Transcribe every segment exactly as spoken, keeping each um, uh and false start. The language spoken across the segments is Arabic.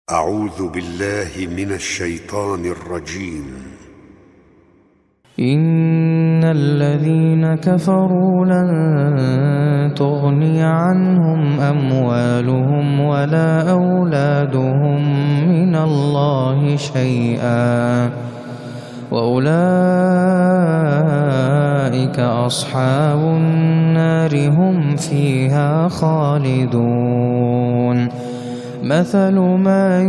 أعوذ بالله من الشيطان الرجيم. إن الذين كفروا لن تغني عنهم أموالهم ولا أولادهم من الله شيئا وأولئك أصحاب النار هم فيها خالدون. مثل ما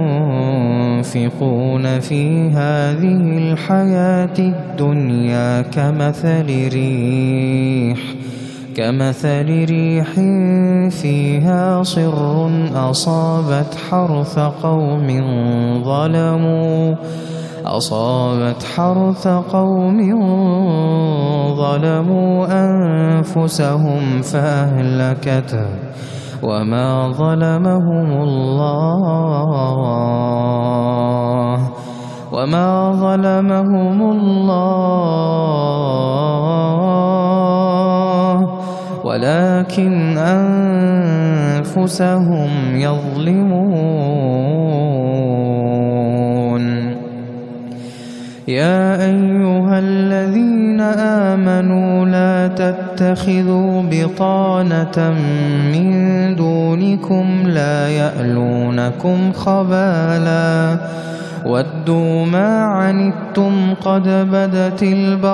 ينفقون في هذه الحياة الدنيا كمثل ريح كمثل ريح فيها صر أصابت حرث قوم ظلموا أصابت حرث قوم ظلموا أنفسهم فأهلكته وما ظلمهم الله وما ظلمهم الله ولكن أنفسهم يظلمون. يا أيها الذين آمنوا لا تتخذوا بطانة من دونكم لا يألونكم خبالا ودوا ما عنتم قد بدت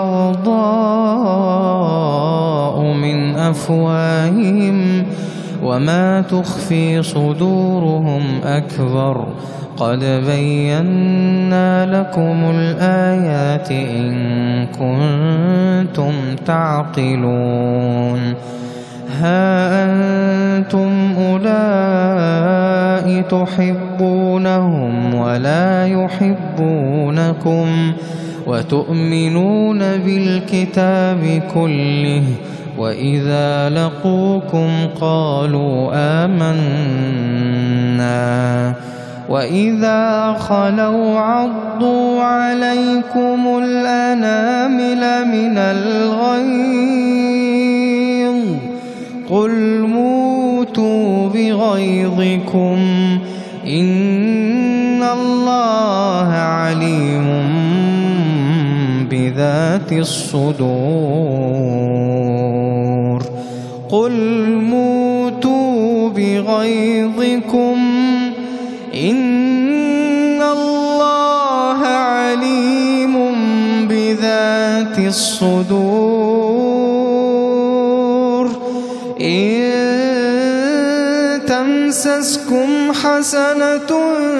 البغضاء من أفواههم وما تخفي صدورهم أكبر قد بينا لكم الآيات إن كنتم تعقلون. ها أنتم أولئك تحبونهم ولا يحبونكم وتؤمنون بالكتاب كله وإذا لقوكم قالوا آمنا وإذا خلوا عضوا عليكم الأنامل من الغيظ قل موتوا بغيظكم إن الله عليم بذات الصدور. قل موتوا بغيظكم إن الله عليم بذات الصدور. إن تمسسكم حسنة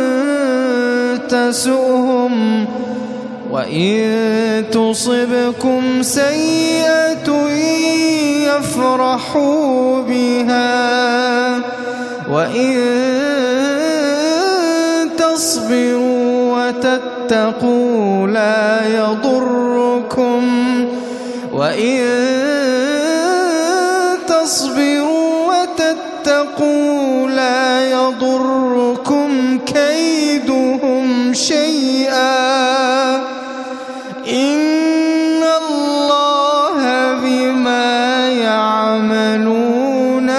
تسؤهم وإن تصبكم سيئة يفرحوا بها وإن تصبروا وتتقوا لا يضركم وإن تصبروا وتتقوا لا يضركم كيدهم شيئا إن الله بما يعملون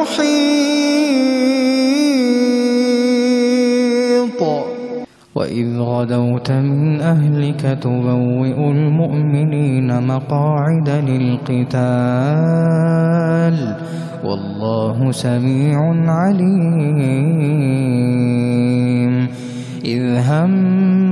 محيط. وإذ غدوت من أهلك تبوئ المؤمنين مقاعد للقتال والله سميع عليم. إذ هم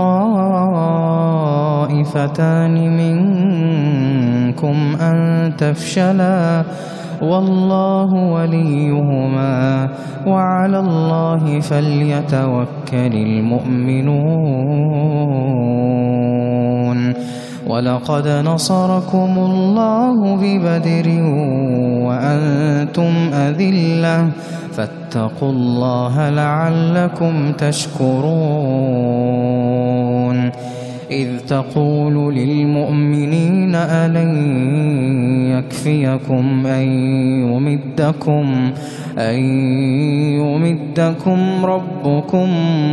الطائفتان منكم أن تفشلا والله وليهما وعلى الله فليتوكل المؤمنون. ولقد نصركم الله ببدر وأنتم أذلة فاتقوا الله لعلكم تشكرون. إذ تقول للمؤمنين ألن يكفيكم أن يمدكم أن يمدكم ربكم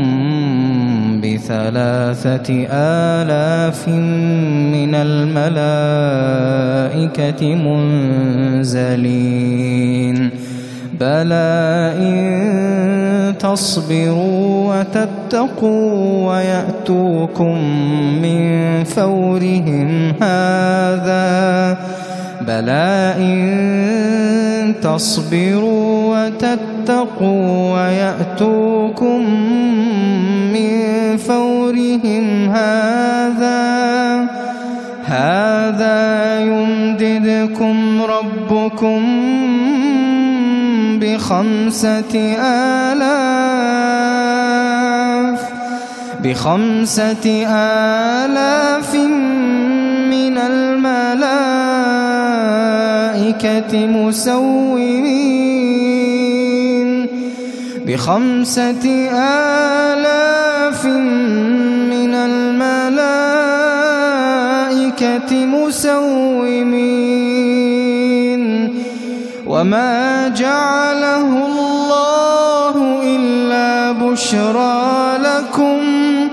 بثلاثة آلاف من الملائكة منزلين بلى إن تصبروا وتتقوا ويأتوكم من فورهم هذا بلى إن تصبروا وتتقوا ويأتوكم من فورهم هذا هذا يمددكم ربكم بخمسة آلاف بخمسة آلاف من الملائكة مسومين بخمسة آلاف من الملائكة مسومين وما جعله الله إلا بشرى لكم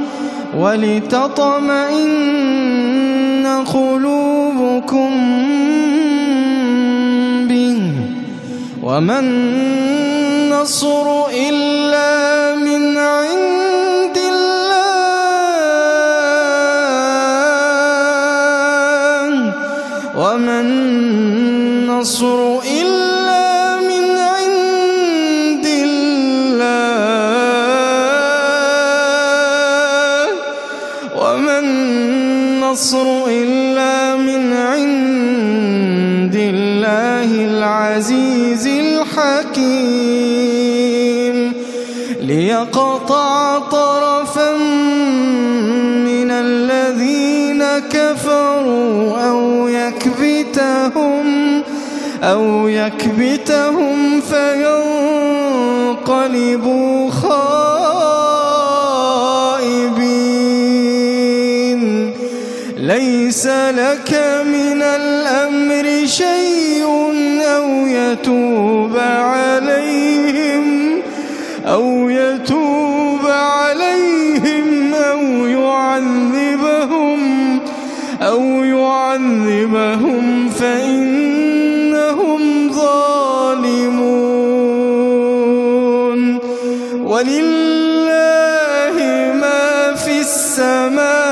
ولتطمئن قلوبكم به وما النصر إلا من عند الله وما النصر إلا من عند الله وما النصر إلا من عند الله العزيز الحكيم ليقطع طرفا من الذين كفروا أو يكبتهم أو يكبتهم فينقلبوا خائبين ليس لك من الأمر شيء أو يتوب عليهم أو يتوب عليهم أو يعذبهم أو يعذبهم فإنهم ظالمون ولله ما في السماء